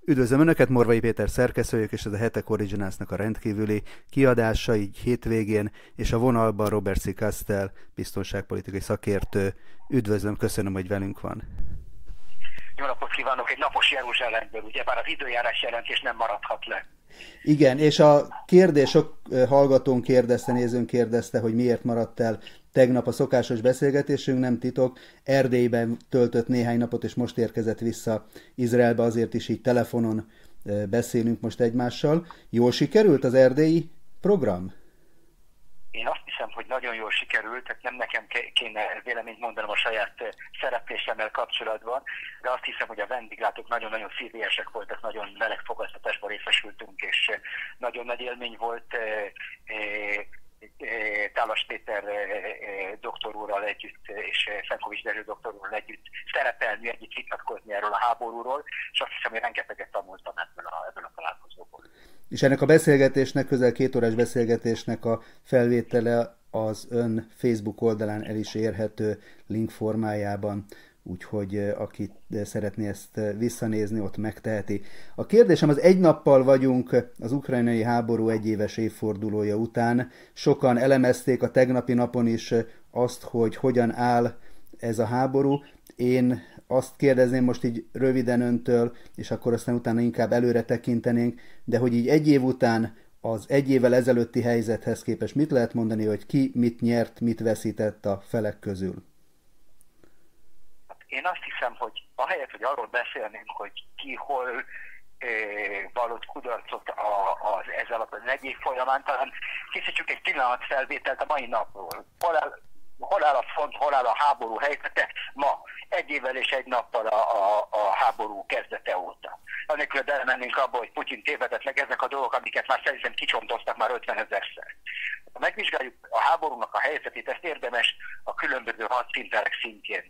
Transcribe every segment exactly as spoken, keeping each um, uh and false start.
Üdvözlöm Önöket, Morvai Péter szerkesztőjük, és ez a Hetek Originalsnak a rendkívüli kiadása, így hétvégén, és a vonalban Robert C. Castell, biztonságpolitikai szakértő. Üdvözlöm, köszönöm, hogy velünk van. Jó napot kívánok, egy napos Jeruzsálemből, ugyebár az időjárás jelentés nem maradhat le. Igen, és a kérdés, sok hallgatón kérdezte, nézőn kérdezte, hogy miért maradt el tegnap a szokásos beszélgetésünk, nem titok. Erdélyben töltött néhány napot, és most érkezett vissza Izraelbe, azért is így telefonon beszélünk most egymással. Jól sikerült az erdélyi program? Én azt hiszem, hogy nagyon jól sikerült, tehát nem nekem kéne véleményt mondanom a saját szereplésemmel kapcsolatban, de azt hiszem, hogy a vendéglátók nagyon-nagyon szívélyesek voltak, nagyon meleg fogadtatásban részesültünk, és nagyon nagy élmény volt Tálas Péter doktor úrral együtt, és Szenkovics Dezső doktor úrral együtt szerepelni, együtt vitatkozni erről a háborúról, és azt hiszem, hogy rengeteget tanultam ebből a, ebből a találkozóból. És ennek a beszélgetésnek, közel két órás beszélgetésnek a felvétele az ön Facebook oldalán el is érhető link formájában, úgyhogy aki szeretné ezt visszanézni, ott megteheti. A kérdésem az, egy nappal vagyunk az ukrajnai háború egyéves évfordulója után. Sokan elemezték a tegnapi napon is azt, hogy hogyan áll ez a háború. Én azt kérdezném most így röviden öntől, és akkor aztán utána inkább előre tekintenénk, de hogy így egy év után az egy évvel ezelőtti helyzethez képest mit lehet mondani, hogy ki mit nyert, mit veszített a felek közül? Én azt hiszem, hogy ahelyett, hogy arról beszélnénk, hogy ki hol e, valott kudarcot az ezzel a egy év folyamán, talán készítsük egy pillanat felvételt a mai napról. Hol áll, hol áll a front, hol áll a háború helyzete ma, egy évvel és egy nappal a, a, a háború kezdete óta. Annélkül elmennénk abba, hogy Putyin tévedett meg, ezek a dolgok, amiket már szerintem kicsontoztak már ötvenezerszer. Ha megvizsgáljuk a háborúnak a helyzetét, ezt érdemes a különböző hadszinterek szintjén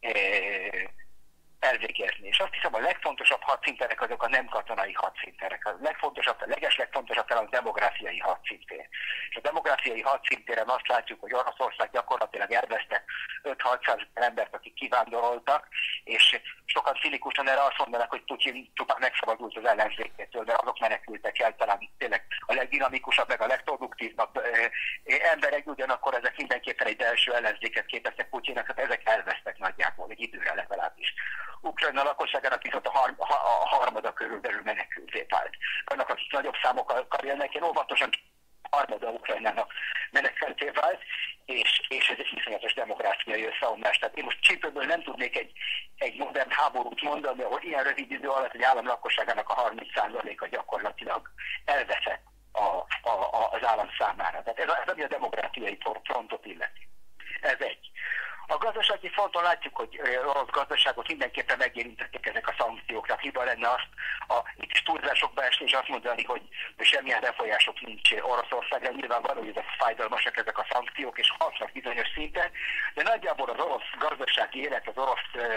elvégezni. És azt hiszem, a legfontosabb hadszinterek azok a nem katonai hadszinterek. A legfontosabb, a legeslegfontosabb talán a demográfiai hadszintér. És a demográfiai hadszintéren azt látjuk, hogy Oroszország gyakorlatilag elvesztett öt-hatszáz embert, akik kivándoroltak, és sokan cinikusan erre azt mondanak, hogy Putyin csupán megszabadult az ellenzékétől, de azok menekültek el, talán tényleg a legdinamikusabb, meg a legproduktívabb emberek, ugyanakkor ezek mindenképpen egy belső ellenzéket képeztek Putyinnak, tehát ezek elvesztek nagyjából, egy időre legalábbis. Ukrajna lakosságának viszont a, har- a harmada körülbelül menekülté vált. Vannak, akik nagyobb számokkal élnek, én óvatosan harmada Ukrajnának menekülté vált, és, és ez egy iszonyatos demográfiai összeomlás. Tehát én most csípőből nem tudnék egy, egy modern háborút mondani, ahol ilyen rövid idő alatt egy állam lakosságának a harminc százaléka gyakorlatilag elveszett a, a, a, az állam számára. Tehát ez, ez ami a demográfiai frontot illeti. Ez egy. A gazdasági fronton látjuk, hogy orosz gazdaságot mindenképpen megérintették ezek a szankciók, tehát hiba lenne azt, a, itt is túlzásokba esni, és azt mondani, hogy semmilyen befolyások nincs Oroszországra. Nyilvánvaló, hogy ezek fájdalmasak ezek a szankciók, és hatnak bizonyos szinten, de nagyjából az orosz gazdasági élet, az orosz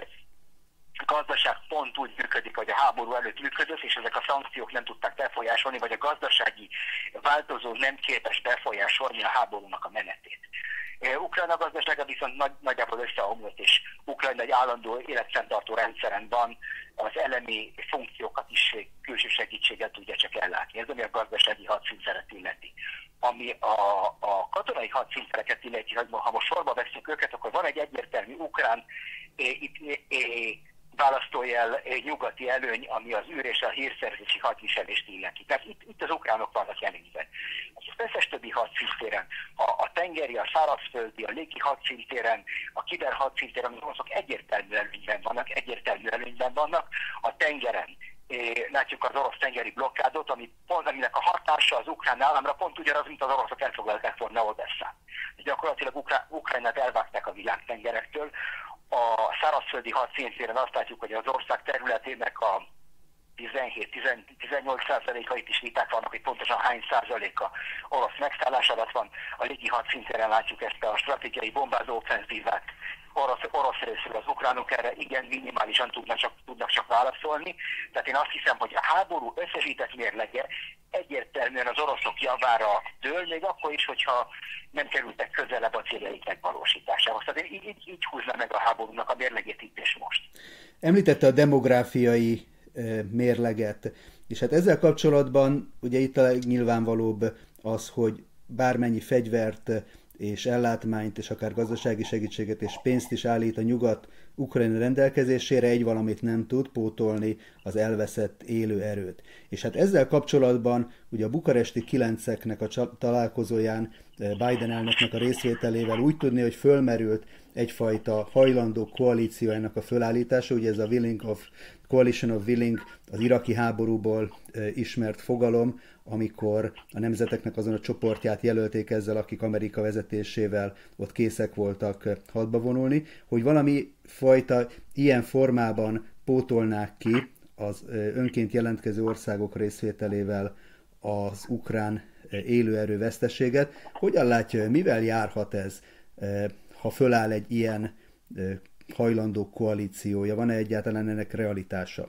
gazdaság pont úgy működik, hogy a háború előtt működött, és ezek a szankciók nem tudták befolyásolni, vagy a gazdasági változó nem képes befolyásolni a háborúnak a menetét. Ukrajna gazdasága viszont nagy, nagyjából összeomlott, és Ukrajna egy állandó életfenntartó rendszeren van, az elemi funkciókat is külső segítséggel tudja csak ellátni. Ez ami a gazdasági hadszínszeret illeti. Ami a, a katonai hadszínszereket illeti, hogy ha most sorba veszünk őket, akkor van egy egyértelmű ukrán é, é, é, választójel nyugati előny, ami az űr és a hírszerzési hadviselést illeti. Tehát itt, itt az ukránok vannak előnyben. Az összes többi hadszintéren, a, a tengeri, a szárazföldi, a légi hadszintéren, a kiber hadszintéren, az oroszok egyértelmű előnyben vannak, egyértelmű előnyben vannak. A tengeren látjuk az orosz tengeri blokkádot, ami pont, aminek a hatása az ukrán államra pont ugyanaz, mint az oroszok elfoglalták volna Odesszát. Gyakorlatilag Ukrá- Ukrajnát elvágták a világtengerektől. A szárazföldi hadszintéren azt látjuk, hogy az ország területének a tizenhét-tizennyolc százalékait is viták vannak, hogy pontosan hány százaléka orosz megszállás alatt van. A légi hadszintéren látjuk ezt a stratégiai bombázó offenzívát orosz, orosz részről. Az ukránok erre igen minimálisan tudnak csak, tudnak csak válaszolni. Tehát én azt hiszem, hogy a háború összesített mérlege egyértelműen az oroszok javára dől, még akkor is, hogyha nem kerültek közelebb a céljaik megvalósításához. Tehát én így, így, így húznám meg a háborúnak a mérlegét itt és most. Említette a demográfiai mérleget. És hát ezzel kapcsolatban ugye itt a legnyilvánvalóbb az, hogy bármennyi fegyvert és ellátmányt, és akár gazdasági segítséget és pénzt is állít a nyugat Ukrajna rendelkezésére, egy valamit nem tud pótolni: az elveszett élő erőt. És hát ezzel kapcsolatban ugye a bukaresti kilenceknek a találkozóján Biden elnöknek a részvételével úgy tudni, hogy fölmerült egyfajta hajlandó koalíciójának a fölállítása, ugye ez a Willing of, Coalition of Willing, az iraki háborúból ismert fogalom, amikor a nemzeteknek azon a csoportját jelölték ezzel, akik Amerika vezetésével ott készek voltak hadba vonulni, hogy valami fajta ilyen formában pótolnák ki az önként jelentkező országok részvételével az ukrán élőerő veszteséget. Hogyan látja, mivel járhat ez, ha föláll egy ilyen hajlandó koalíciója? Van-e egyáltalán ennek realitása?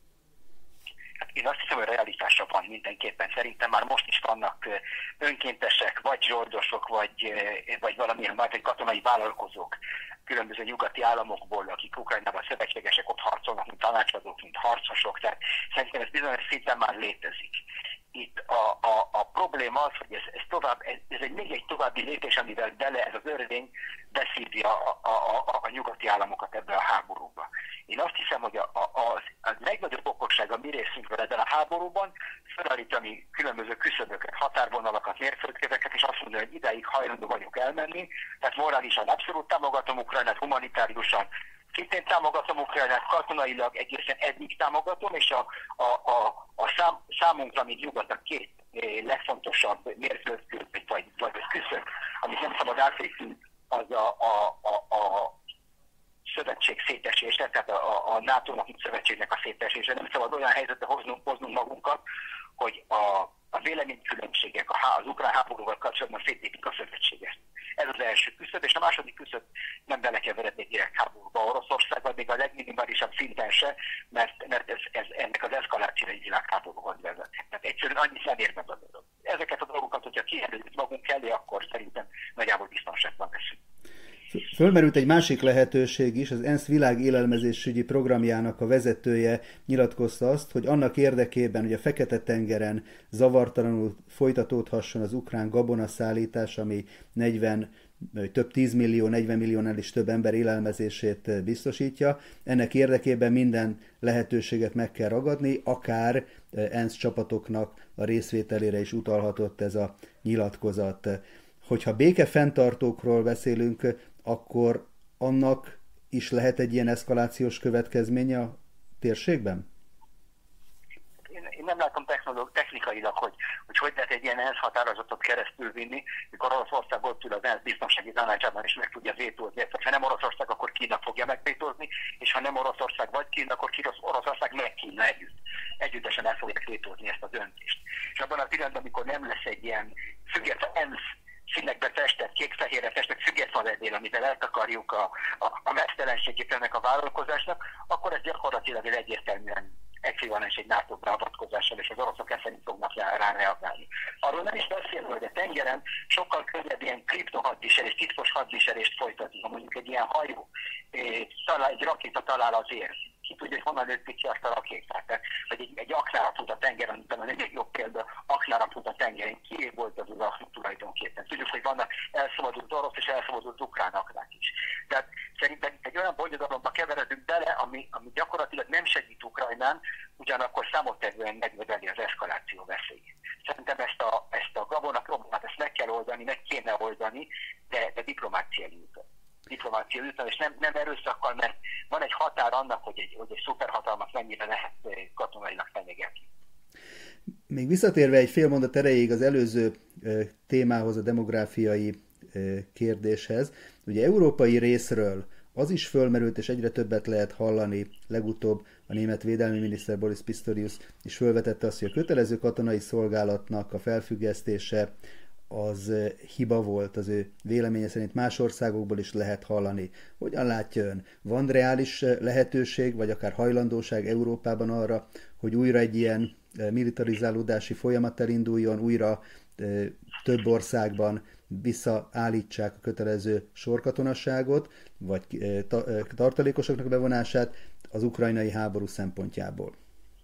Én azt hiszem, hogy realitása van mindenképpen. Szerintem már most is vannak önkéntesek, vagy zsoldosok, vagy, vagy valamilyen vagy katonai vállalkozók különböző nyugati államokból, akik Ukrajnában szövetségesek, ott harcolnak, mint tanácsadók, mint harcosok. Tehát szerintem ez bizonyos szinten már létezik. Itt a, a, a probléma az, hogy ez, ez, tovább, ez, ez egy még egy további lépés, amivel bele ez az örvény beszívja a, a, a, a nyugati államokat ebbe a háborúba. Én azt hiszem, hogy a, a, a, a legnagyobb okosság a mi részünkről ebben a háborúban felállítani különböző küszöböket, határvonalakat, mérföldköveket, és azt mondani, hogy ideig hajlandó vagyok elmenni, tehát morálisan abszolút támogatom Ukrajnát, humanitáriusan szintén támogatom Ukrajnát, katonailag egészen eddig támogatom, és a, a, a, a szám, számunkra, mint nyugatnak két legfontosabb mérföldkő, vagy, vagy küszöb, amit nem szabad átlépni, az a, a, a, a szövetség szétesése, tehát a, a nátónak, mint szövetségnek a szétesése. Nem szabad olyan helyzetbe hoznunk, hoznunk magunkat, hogy a, a véleménykülönbségek az ukrán háborúval kapcsolatban széttépik a szövetséget. Ez az első küszöb, és a második küszöb nem belekeveredni direkt háborúba Oroszországban, még a legminimálisabb szinten se, mert, mert ez, ez ennek az eszkalációra egy világháborúhoz vezet. Tehát egyszerűen annyit nem érnek a dolog. Ezeket a dolgokat, hogyha kijelöljük magunk elé, akkor szerintem nagyjából biztonságban leszünk. Fölmerült egy másik lehetőség is, az ENSZ világ élelmezésügyi programjának a vezetője nyilatkozta azt, hogy annak érdekében, hogy a Fekete-tengeren zavartalanul folytatódhasson az ukrán gabonaszállítás, ami negyven, több tízmillió, negyven milliónál is több ember élelmezését biztosítja, ennek érdekében minden lehetőséget meg kell ragadni, akár ENSZ csapatoknak a részvételére is utalhatott ez a nyilatkozat. Hogyha békefenntartókról beszélünk, akkor annak is lehet egy ilyen eszkalációs következménye a térségben? Én, én nem látom technikailag, hogy, hogy hogy lehet egy ilyen ENSZ határozatot keresztül vinni, mikor Oroszország ott ül az ENSZ biztonsági tanácsában és meg tudja vétózni. Ha nem Oroszország, akkor Kína fogja megvétózni, és ha nem Oroszország vagy Kína, akkor Oroszország meg Kína együtt. Együttesen el fogják vétózni ezt a döntést. És abban a pillanatban, amikor nem lesz egy ilyen független ENSZ színekbe festett, kék-fehérre festett fügetfaledél, amivel eltakarjuk a, a, a mesztelenségét ennek a vállalkozásnak, akkor ez gyakorlatilag egy egyértelműen ekvivalens egy NATO beavatkozással, és az oroszok ezt szerint fognak rá reagálni. Arról nem is beszélve, hogy a tengeren sokkal könnyebb ilyen kriptohadviselést, titkos hadviselést folytatni, ha mondjuk egy ilyen hajó, talál, egy rakéta talál az ér. Ki tudja, hogy honnan lőtt ki azt a rakétát, vagy egy, egy aknárapút a tengeren, utána egy jobb példa, aknárapút a tengeren, kié volt az az tulajdonképpen. Tudjuk, hogy vannak elszabadult orosz és elszabadult ukrán aknák is. Tehát szerintem egy olyan bonyodalomba keveredünk bele, ami, ami gyakorlatilag nem segít Ukrajnán, ugyanakkor számottevően megnöveli az eszkaláció veszélyét. Szerintem ezt a, ezt a gabona problémát ezt meg kell oldani, meg kéne oldani, de, de diplomáciai úton. diplomáciai úton, és nem, nem erőszakkal, mert van egy határ annak, hogy egy, hogy egy szuperhatalmat mennyire lehet katonailag fenyegetni. Még visszatérve egy fél mondat erejéig az előző témához, a demográfiai kérdéshez, ugye európai részről az is fölmerült, és egyre többet lehet hallani, legutóbb a német védelmi miniszter Boris Pistorius is fölvetette azt, hogy a kötelező katonai szolgálatnak a felfüggesztése az hiba volt, az ő véleménye szerint más országokból is lehet hallani. Hogyan látja ön? Van reális lehetőség, vagy akár hajlandóság Európában arra, hogy újra egy ilyen militarizálódási folyamat elinduljon, újra több országban visszaállítsák a kötelező sorkatonasságot, vagy tartalékosoknak bevonását az ukrajnai háború szempontjából?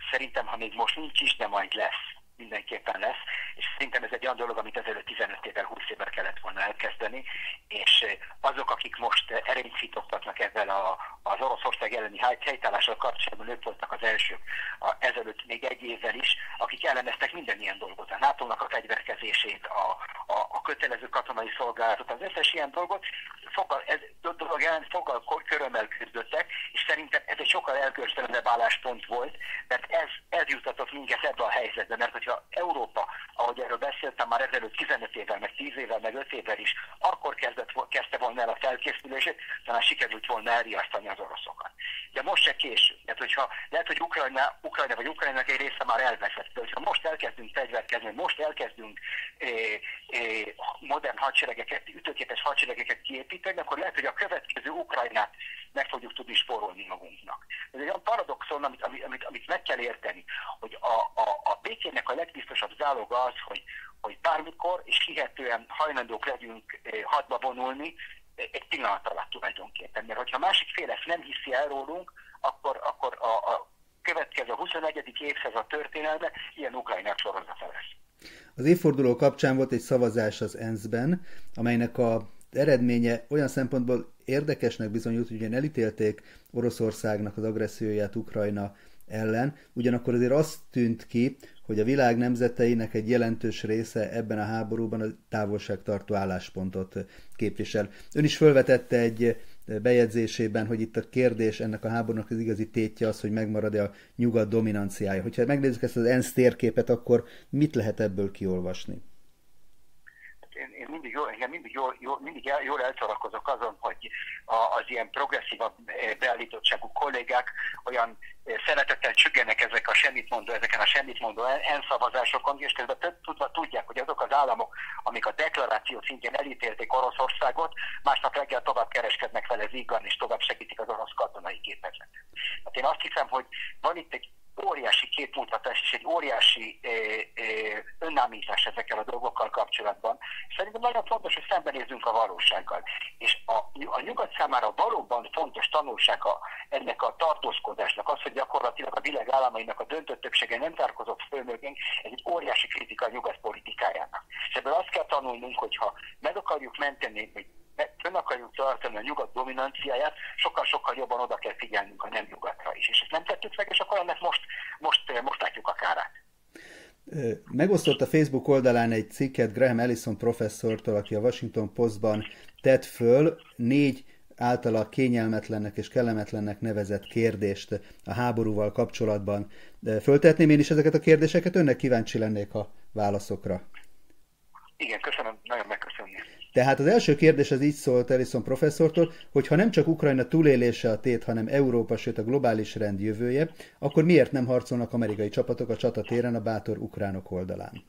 szerintem, ha még most nincs is, de majd lesz. Mindenképpen lesz, és szerintem ez egy olyan dolog, amit ezelőtt tizenöt évvel, húsz évvel kellett volna elkezdeni, és azok, akik most erényt szítottatnak ezzel a, az Oroszország elleni helytállással kapcsolatban, ők voltak az elsők, a, ezelőtt még egy évvel is, akik elleneztek minden ilyen dolgot, a nátónak a fegyverkezését, a, a, a kötelező katonai szolgálatot, az összes ilyen dolgot, fogal, ez dolog ellen fogal körömmel küzdöttek, és szerintem ez egy sokkal elkörtelenebb álláspont volt, mert ez, ez jutatott minket ebbe a helyzetbe, mert hogyha Európa, ahogy erről beszéltem már ezelőtt tizenöt évvel, meg tíz évvel, meg öt évvel is, akkor kezdett, kezdte volna el a felkészülését, talán sikerült volna elriasztani az oroszokat. De most se késő. Tehát, hogyha lehet, hogy Ukrajna, Ukrajna vagy Ukrajnának egy része már elveszett, de hogyha most elkezdünk fegyverkezni, most elkezdünk é, é, modern hadseregeket, ütőképes hadseregeket kiépíteni, akkor lehet, hogy a következő Ukrajnát meg fogjuk tudni spórolni magunknak. Ez egy olyan paradoxon, amit, amit, amit, amit meg kell érteni, hogy a, a, a békének a legbiztosabb záloga az, hogy, hogy bármikor és hihetően hajlandók legyünk hadba vonulni egy pillanat alatt tulajdonképpen. Mert hogyha a másik fél ezt nem hiszi el rólunk, akkor, akkor a, a következő a huszonegyedik évszázad történelme ilyen Ukrajnák sorozata lesz. Az évforduló kapcsán volt egy szavazás az e en es zben, amelynek a eredménye olyan szempontból érdekesnek bizonyult, hogy ugyan elítélték Oroszországnak az agresszióját Ukrajna ellen, ugyanakkor azért azt tűnt ki, hogy a világ nemzeteinek egy jelentős része ebben a háborúban a távolságtartó álláspontot képvisel. Ön is felvetette egy bejegyzésében, hogy itt a kérdés ennek a háborúnak az igazi tétje az, hogy megmarad-e a nyugat dominanciája. Hogyha megnézzük ezt az e en es zé térképet, akkor mit lehet ebből kiolvasni? Én, én mindig, jól, én mindig, jól, jól, mindig el, jól elcsalakozok azon, hogy a, az ilyen progresszívabb beállítottságú kollégák olyan szeretettel csüggenek ezek a semmitmondó, ezeken a semmitmondó elszavazásokon, és közben több tudva tudják, hogy azok az államok, amik a deklaráció szintjén elítélték Oroszországot, másnap reggel tovább kereskednek vele vígan, és tovább segítik az orosz katonai képezetet. Hát én azt hiszem, hogy van itt egy óriási képmutatás és egy óriási eh, eh, önnámítás ezekkel a dolgokkal kapcsolatban. Szerintem nagyon fontos, hogy szembenézzünk a valósággal. És a, a nyugat számára valóban fontos tanulsága ennek a tartózkodásnak az, hogy gyakorlatilag a világ államainak a döntő többsége nem tárkozott föl mögénk, ez egy óriási kritika a nyugat politikájának. És ebből azt kell tanulnunk, hogyha meg akarjuk menteni, hogy fönn akarjuk tartani a nyugat dominanciáját, sokkal-sokkal jobban oda kell figyelnünk a nem nyugatra is. És ezt nem tettük meg, és akkor ennek most, most, most látjuk a kárát. Megosztott a Facebook oldalán egy cikket Graham Allison professzortól, aki a Washington Postban tett föl négy általa kényelmetlennek és kellemetlennek nevezett kérdést a háborúval kapcsolatban. Föltehetném én is ezeket a kérdéseket? Önnek kíváncsi lennék a válaszokra. Igen, köszönöm, nagyon megköszönni. Tehát az első kérdés az így szólt Allison professzortól, hogy ha nem csak Ukrajna túlélése a tét, hanem Európa, sőt a globális rend jövője, akkor miért nem harcolnak amerikai csapatok a csatatéren a bátor ukránok oldalán?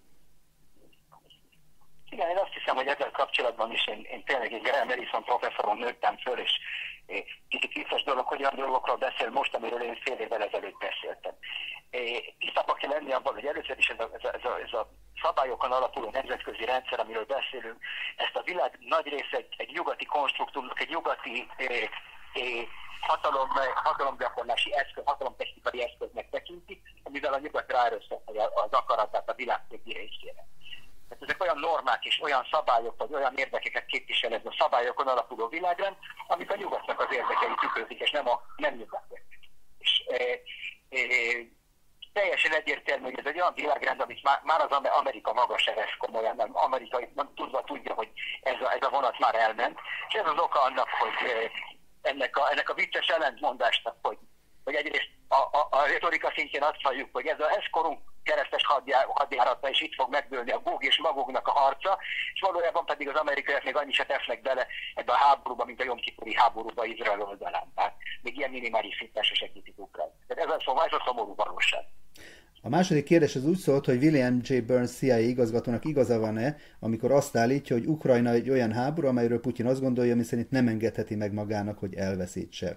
Igen, én azt hiszem, hogy ezzel kapcsolatban is én, én tényleg egy Graham Allison professzoron nőttem föl, és kicsit vicces dolog, hogy olyan dolgokról beszél most, amiről én fél évvel ezelőtt beszéltem. Tisztában kell lenni abban, hogy először is ez a, ez, a, ez, a, ez a szabályokon alapuló nemzetközi rendszer, amiről beszélünk, ezt a világ nagy része egy, egy nyugati konstruktumnak, egy nyugati eh, eh, hatalom, hatalomgyakorlási eszköz, hatalomtechnikai eszköznek tekinti, amivel a nyugat ráerőszakolja az akaratát a világ többi részére. Tehát ezek olyan normák és olyan szabályok, vagy olyan érdekeket képvisel ez a szabályokon alapuló világrend, amik a nyugatnak az érdekei tükrözik, és nem a nem nyugatnak. És e, e, teljesen egyértelmű, hogy ez egy olyan világrend, amit már, már az Amerika maga se vesz komolyan, nem amerikai nem tudva tudja, hogy ez a, ez a vonat már elment. És ez az oka annak, hogy ennek a, ennek a vicces ellentmondásnak, hogy, hogy egyrészt a, a, a retorika szintjén azt halljuk, hogy ez a ez korunk keresztes hadjárata, és itt fog megdőlni a Gog és Magognak a harca, és valójában pedig az amerikaiak még annyi se tesznek bele ebbe a háborúba, mint a Jom Kipuri háborúba Izrael oldalán. Tehát még ilyen minimális szinten se segítik Ukrajnát. Tehát ez a, szóval, ez a szomorú valóság. A második kérdés az úgy szólt, hogy William J. Burns C I A igazgatónak igaza van-e, amikor azt állítja, hogy Ukrajna egy olyan háború, amelyről Putyin azt gondolja, miszerint nem engedheti meg magának, hogy elveszítse.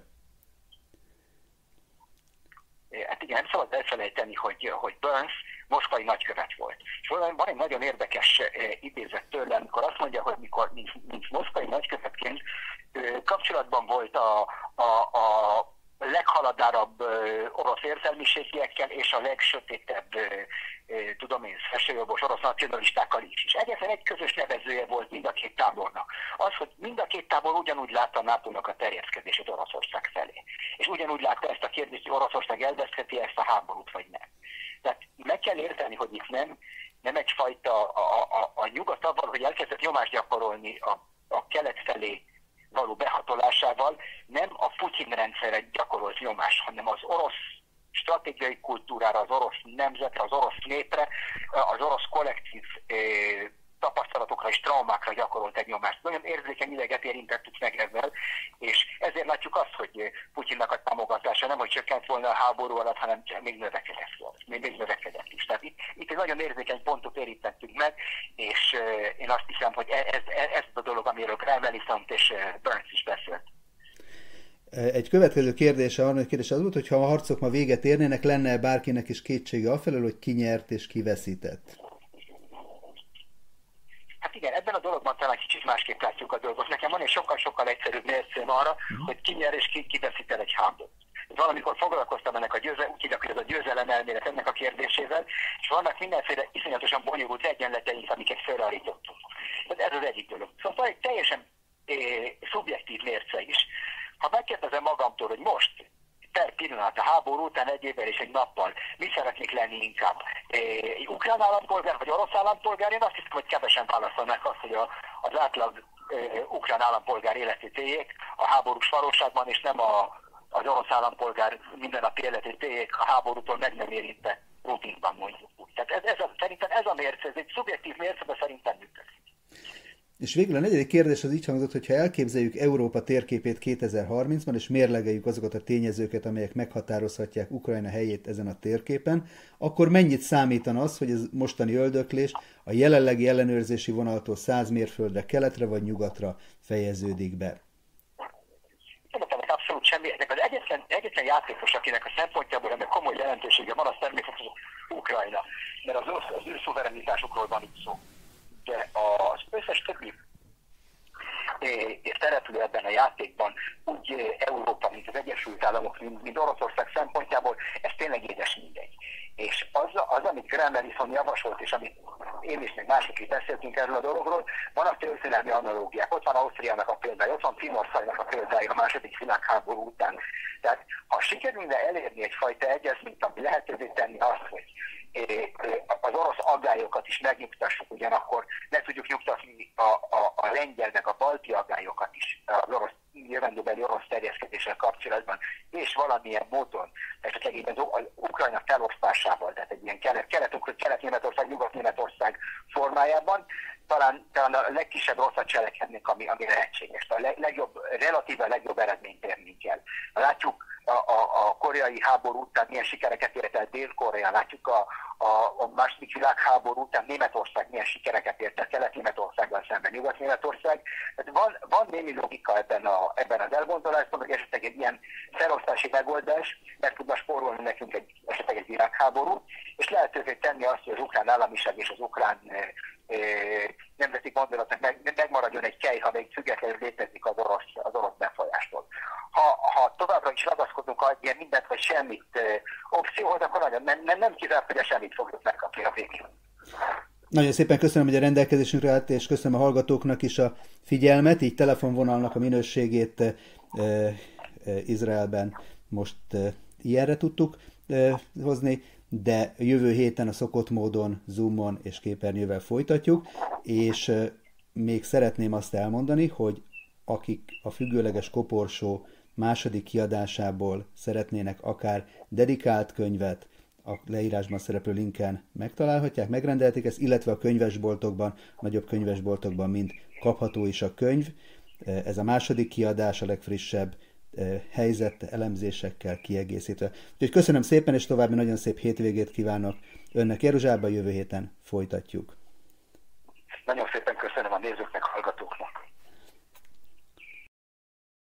Hát igen, nem szabad elfelejteni, hogy, hogy Burns moszkvai nagykövet volt. És van egy nagyon érdekes eh, idézet tőle, amikor azt mondja, hogy mikor, mint, mint moszkvai nagykövetként eh, kapcsolatban volt a, a, a leghaladárabb orosz érzelmiségiekkel és a legsötétebb, tudom én, szélsőjobbos orosz nacionalistákkal is. És egyetlen egy közös nevezője volt mind a két tábornak. Az, hogy mind a két tábor ugyanúgy látta a nátónak a terjeszkedését Oroszország felé. És ugyanúgy látta ezt a kérdést, hogy Oroszország elvesztheti ezt a háborút, vagy nem. Tehát meg kell érteni, hogy itt nem, nem egyfajta a, a, a nyugat avval, hogy elkezdett nyomást gyakorolni a, a kelet felé való behatolásával, nem a Putyin rendszerre gyakorolt nyomás, hanem az orosz stratégiai kultúrára, az orosz nemzetre, az orosz népre, az orosz kollektív eh, tapasztalatokra és traumákra gyakorolt egy nyomást. Nagyon érzékeny ideget érintettük meg ezzel, és ezért látjuk azt, hogy Putyinnak a támogatása nem, hogy csökkent volna a háború alatt, hanem még növekedett volt, még, még növekedett is. Tehát itt, itt egy nagyon érzékeny pontot érintettük meg, és uh, én azt hiszem, hogy ez, ez, ez a dolog, amiről Graham Allison és uh, Burns is beszélt. Egy következő kérdése, a harmadik kérdés az volt, hogy ha a harcok ma véget érnének, lenne bárkinek is kétsége afelől, hogy ki nyert és ki veszített? Hát igen, ebben a dologban talán kicsit másképp látjuk a dolgot. Nekem van egy sokkal-sokkal egyszerűbb mércém arra, uh-huh. hogy ki nyer és ki, ki veszít el egy háborút. Valamikor foglalkoztam ennek a győzelem, úgy hívják, hogy ez a győzelem elmélet ennek a kérdésével, és vannak mindenféle iszonyatosan bonyolult egyenleteink, amiket felreállítottunk. Tehát ez az egyik dolog. Szóval van egy teljesen é, szubjektív mérce is. Ha megkérdezem magamtól, hogy most, per pillanat, a háború után egy évvel és egy nappal, mi szeretnék lenni inkább? Egy ukrán állampolgár vagy orosz állampolgár? Én azt hiszem, hogy kevesen válaszolnak azt, hogy a, az átlag e, ukrán állampolgár életét éljék a háborús valóságban, és nem a, az orosz állampolgár mindennapi életét éljék a háborútól meg nem érintve rutinban, mondjuk úgy. Tehát ez, ez a, szerintem ez a mérce, ez egy szubjektív mérce, de szerintem működik. És végül a negyedik kérdés az így hangzott, hogy ha elképzeljük Európa térképét kétezer-harmincban, és mérlegeljük azokat a tényezőket, amelyek meghatározhatják Ukrajna helyét ezen a térképen, akkor mennyit számítana az, hogy ez mostani öldöklés a jelenlegi ellenőrzési vonaltól száz mérföldre keletre vagy nyugatra fejeződik be? Szerintem abszolút semmi. Az egyetlen, egyetlen játékos, akinek a szempontjából ennek komoly jelentősége van, az természetesen Ukrajna, mert az, az ő szuverenitásukról van itt szó. De az összes többi és szereplő ebben a játékban úgy Európa, mint az Egyesült Államok, mint, mint Oroszország szempontjából, ez tényleg édes mindegy. És az, az amit Graham Allison javasolt, és amit én is, meg mások is beszéltünk erről a dologról, van a történelmi analógiák. Ott van Ausztriának a példája, ott van Finnországnak a példája a második világháború után. Tehát ha sikerülne elérni egyfajta egyezményt, ami lehetővé tenni azt, hogy az orosz aggályokat is megnyugtassuk, ugyanakkor ne tudjuk nyugtatni a, a, a lengyel, meg a balti aggályokat is az orosz, jövendőbeli orosz terjeszkedéssel kapcsolatban, és valamilyen módon, esetleg az, az Ukrajna felosztásával, tehát egy ilyen kelet, kelet, kelet-Németország, nyugat-Németország formájában, talán, talán a legkisebb rosszat cselekednénk, ami, ami lehetséges. A legjobb, relatíve legjobb eredményt érni kell. Látjuk a, a, a koreai háború után milyen sikereket ért el Dél-Korea, látjuk a, a, a második világháború után Németország milyen sikereket ért el Kelet-Németországgal szemben Nyugat-Németország. Tehát van, van némi logika ebben, a, ebben az elgondolásban, hogy esetleg egy ilyen felosztási megoldás meg tudna spórolni nekünk egy, esetleg egy világháborút, és lehetővé tenni azt, hogy az ukrán államiság és az ukrán e, e, nemzeti gondolatnak meg, megmaradjon egy kely, ha még függetlenül létezik az orosz, az orosz befolyástól. Ha, ha továbbra is ragaszkodunk a ilyen mindent vagy semmit e, opcióhoz, akkor nagyon nem, nem, nem kizárt, hogy a semmit fogjuk megkapni a végén. Nagyon szépen köszönöm, hogy a rendelkezésünkre állt, és köszönöm a hallgatóknak is a figyelmet. Így telefonvonalnak a minőségét e, e, Izraelben most e, ilyenre tudtuk e, hozni, de jövő héten a szokott módon Zoomon és képernyővel folytatjuk, és e, még szeretném azt elmondani, hogy akik a Függőleges Koporsó második kiadásából szeretnének akár dedikált könyvet, a leírásban szereplő linken megtalálhatják, megrendelték ezt, illetve a könyvesboltokban, a nagyobb könyvesboltokban mind kapható is a könyv. Ez a második kiadás a legfrissebb helyzet elemzésekkel kiegészítve. Úgyhogy köszönöm szépen, és további nagyon szép hétvégét kívánok önnek Jeruzsálemben, jövő héten folytatjuk.